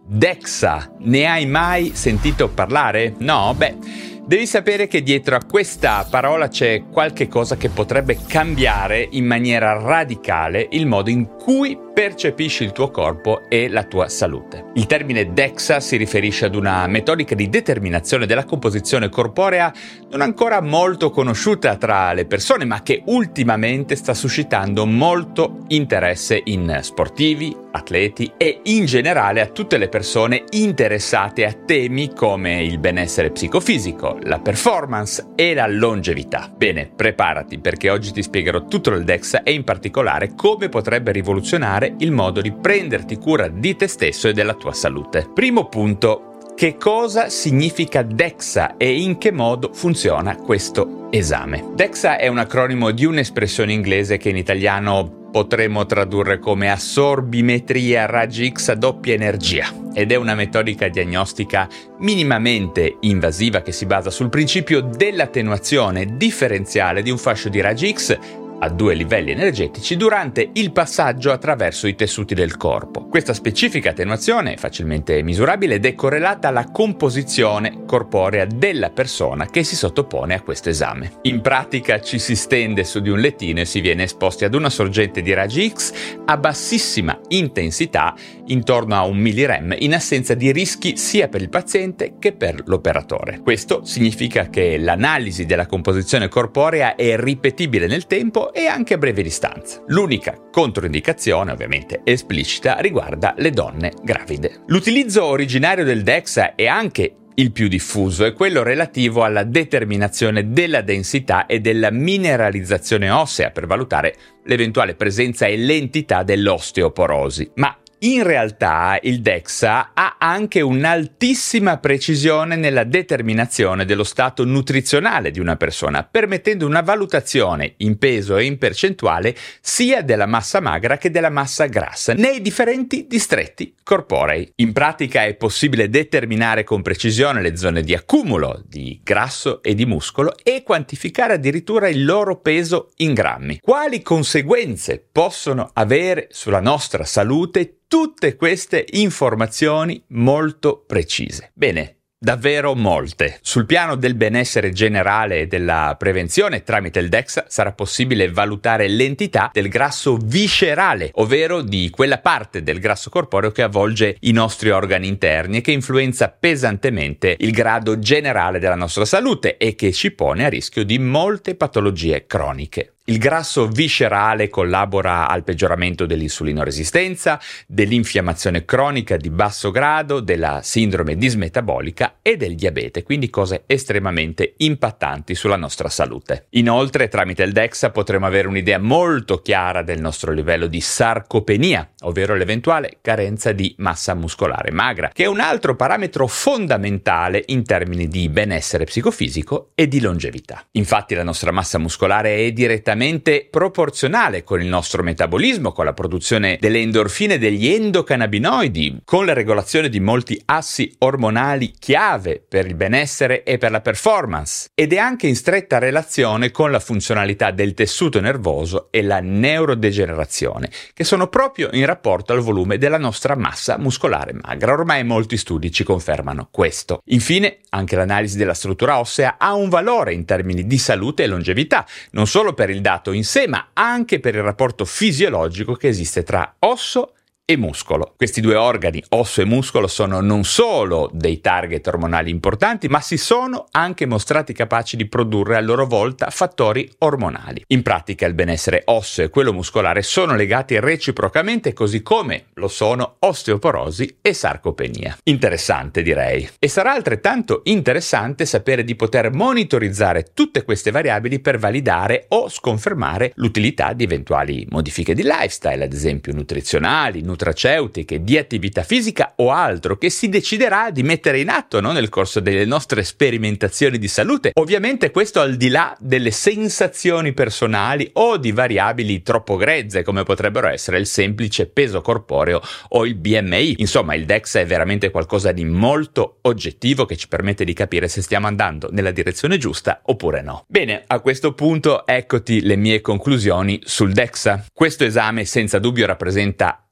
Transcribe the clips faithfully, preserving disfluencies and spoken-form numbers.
DEXA, ne hai mai sentito parlare? No? Beh, devi sapere che dietro a questa parola c'è qualche cosa che potrebbe cambiare in maniera radicale il modo in cui percepisci il tuo corpo e la tua salute. Il termine DEXA si riferisce ad una metodica di determinazione della composizione corporea non ancora molto conosciuta tra le persone, ma che ultimamente sta suscitando molto interesse in sportivi, atleti e in generale a tutte le persone interessate a temi come il benessere psicofisico, la performance e la longevità. Bene, preparati perché oggi ti spiegherò tutto il DEXA e in particolare come potrebbe rivoluzionare il modo di prenderti cura di te stesso e della tua salute. Primo punto, che cosa significa DEXA e in che modo funziona questo esame? DEXA è un acronimo di un'espressione inglese che in italiano potremmo tradurre come assorbimetria raggi X a doppia energia ed è una metodica diagnostica minimamente invasiva che si basa sul principio dell'attenuazione differenziale di un fascio di raggi X a due livelli energetici durante il passaggio attraverso i tessuti del corpo. Questa specifica attenuazione è facilmente misurabile ed è correlata alla composizione corporea della persona che si sottopone a questo esame. In pratica ci si stende su di un lettino e si viene esposti ad una sorgente di raggi X a bassissima intensità intorno a un millirem in assenza di rischi sia per il paziente che per l'operatore. Questo significa che l'analisi della composizione corporea è ripetibile nel tempo e anche a breve distanza. L'unica controindicazione, ovviamente esplicita, riguarda le donne gravide. L'utilizzo originario del DEXA è anche il più diffuso, è quello relativo alla determinazione della densità e della mineralizzazione ossea per valutare l'eventuale presenza e l'entità dell'osteoporosi. Ma in realtà il DEXA ha anche un'altissima precisione nella determinazione dello stato nutrizionale di una persona, permettendo una valutazione in peso e in percentuale sia della massa magra che della massa grassa nei differenti distretti corporei. In pratica è possibile determinare con precisione le zone di accumulo di grasso e di muscolo e quantificare addirittura il loro peso in grammi. Quali conseguenze possono avere sulla nostra salute tutte queste informazioni molto precise? Bene, davvero molte. Sul piano del benessere generale e della prevenzione, tramite il DEXA sarà possibile valutare l'entità del grasso viscerale, ovvero di quella parte del grasso corporeo che avvolge i nostri organi interni e che influenza pesantemente il grado generale della nostra salute e che ci pone a rischio di molte patologie croniche. Il grasso viscerale collabora al peggioramento dell'insulinoresistenza, dell'infiammazione cronica di basso grado, della sindrome dismetabolica e del diabete, quindi cose estremamente impattanti sulla nostra salute. Inoltre, tramite il DEXA potremo avere un'idea molto chiara del nostro livello di sarcopenia, ovvero l'eventuale carenza di massa muscolare magra, che è un altro parametro fondamentale in termini di benessere psicofisico e di longevità. Infatti la nostra massa muscolare è direttamente proporzionale con il nostro metabolismo, con la produzione delle endorfine e degli endocannabinoidi, con la regolazione di molti assi ormonali chiave per il benessere e per la performance, ed è anche in stretta relazione con la funzionalità del tessuto nervoso e la neurodegenerazione, che sono proprio in rapporto al volume della nostra massa muscolare magra. Ormai molti studi ci confermano questo. Infine, anche l'analisi della struttura ossea ha un valore in termini di salute e longevità, non solo per il dato in sé, ma anche per il rapporto fisiologico che esiste tra osso e muscolo. Questi due organi, osso e muscolo, sono non solo dei target ormonali importanti, ma si sono anche mostrati capaci di produrre a loro volta fattori ormonali. In pratica il benessere osseo e quello muscolare sono legati reciprocamente, così come lo sono osteoporosi e sarcopenia. Interessante, direi. E sarà altrettanto interessante sapere di poter monitorizzare tutte queste variabili per validare o sconfermare l'utilità di eventuali modifiche di lifestyle, ad esempio nutrizionali, nutraceutiche, di attività fisica o altro che si deciderà di mettere in atto, no, nel corso delle nostre sperimentazioni di salute. Ovviamente questo al di là delle sensazioni personali o di variabili troppo grezze come potrebbero essere il semplice peso corporeo o il B M I. Insomma, il DEXA è veramente qualcosa di molto oggettivo che ci permette di capire se stiamo andando nella direzione giusta oppure no. Bene, a questo punto eccoti le mie conclusioni sul DEXA. Questo esame senza dubbio rappresenta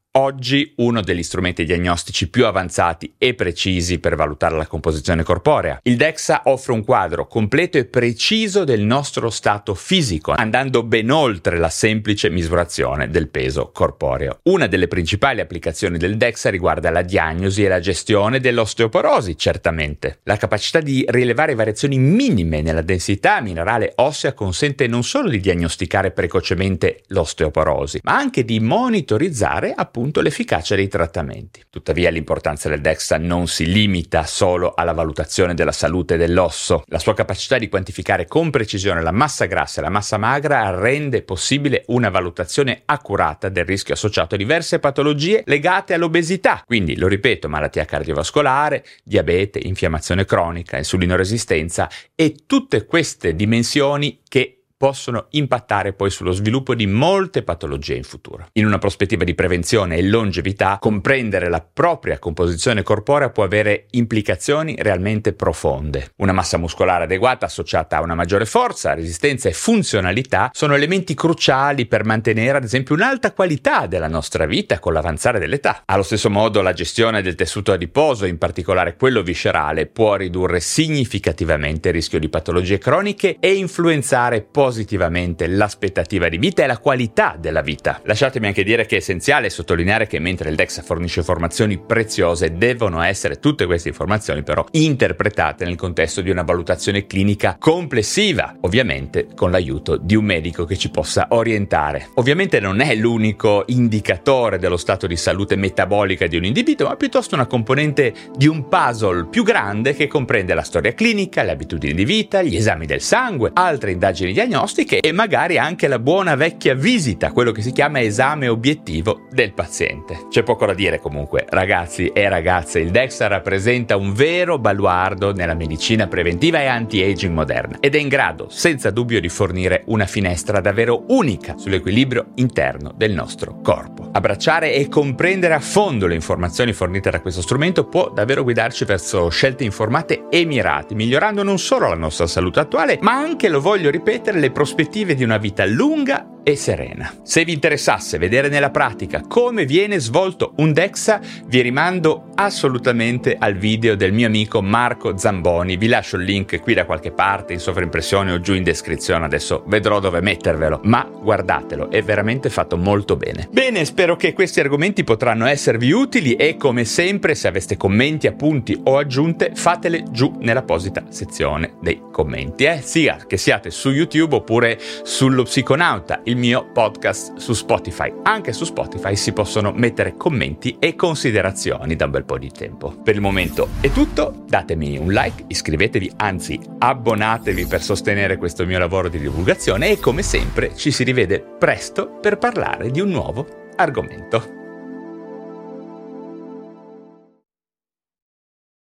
Oggi uno degli strumenti diagnostici più avanzati e precisi per valutare la composizione corporea. Il DEXA offre un quadro completo e preciso del nostro stato fisico, andando ben oltre la semplice misurazione del peso corporeo. Una delle principali applicazioni del DEXA riguarda la diagnosi e la gestione dell'osteoporosi, certamente. La capacità di rilevare variazioni minime nella densità minerale ossea consente non solo di diagnosticare precocemente l'osteoporosi, ma anche di monitorizzare appunto l'efficacia dei trattamenti. Tuttavia l'importanza del DEXA non si limita solo alla valutazione della salute dell'osso. La sua capacità di quantificare con precisione la massa grassa e la massa magra rende possibile una valutazione accurata del rischio associato a diverse patologie legate all'obesità. Quindi, lo ripeto, malattia cardiovascolare, diabete, infiammazione cronica, insulinoresistenza e tutte queste dimensioni che possono impattare poi sullo sviluppo di molte patologie in futuro. In una prospettiva di prevenzione e longevità, comprendere la propria composizione corporea può avere implicazioni realmente profonde. Una massa muscolare adeguata associata a una maggiore forza, resistenza e funzionalità sono elementi cruciali per mantenere ad esempio un'alta qualità della nostra vita con l'avanzare dell'età. Allo stesso modo, la gestione del tessuto adiposo, in particolare quello viscerale, può ridurre significativamente il rischio di patologie croniche e influenzare positivamente positivamente l'aspettativa di vita e la qualità della vita. Lasciatemi anche dire che è essenziale sottolineare che mentre il DEXA fornisce informazioni preziose, devono essere tutte queste informazioni però interpretate nel contesto di una valutazione clinica complessiva, ovviamente con l'aiuto di un medico che ci possa orientare. Ovviamente non è l'unico indicatore dello stato di salute metabolica di un individuo, ma piuttosto una componente di un puzzle più grande che comprende la storia clinica, le abitudini di vita, gli esami del sangue, altre indagini diagnostiche e magari anche la buona vecchia visita, quello che si chiama esame obiettivo del paziente. C'è poco da dire comunque, ragazzi e ragazze, il DEXA rappresenta un vero baluardo nella medicina preventiva e anti-aging moderna ed è in grado, senza dubbio, di fornire una finestra davvero unica sull'equilibrio interno del nostro corpo. Abbracciare e comprendere a fondo le informazioni fornite da questo strumento può davvero guidarci verso scelte informate e mirate, migliorando non solo la nostra salute attuale, ma anche, lo voglio ripetere, le prospettive di una vita lunga e serena. Se vi interessasse vedere nella pratica come viene svolto un DEXA, vi rimando assolutamente al video del mio amico Marco Zamboni. Vi lascio il link qui da qualche parte, in sovraimpressione o giù in descrizione, adesso vedrò dove mettervelo, ma guardatelo, è veramente fatto molto bene. Bene, spero che questi argomenti potranno esservi utili e, come sempre, se aveste commenti, appunti o aggiunte, fatele giù nell'apposita sezione dei commenti, eh? sia che siate su YouTube oppure sullo Psiconauta, il mio podcast su Spotify. Anche su Spotify si possono mettere commenti e considerazioni da un bel po' di tempo. Per il momento è tutto, datemi un like, iscrivetevi, anzi abbonatevi per sostenere questo mio lavoro di divulgazione e, come sempre, ci si rivede presto per parlare di un nuovo argomento.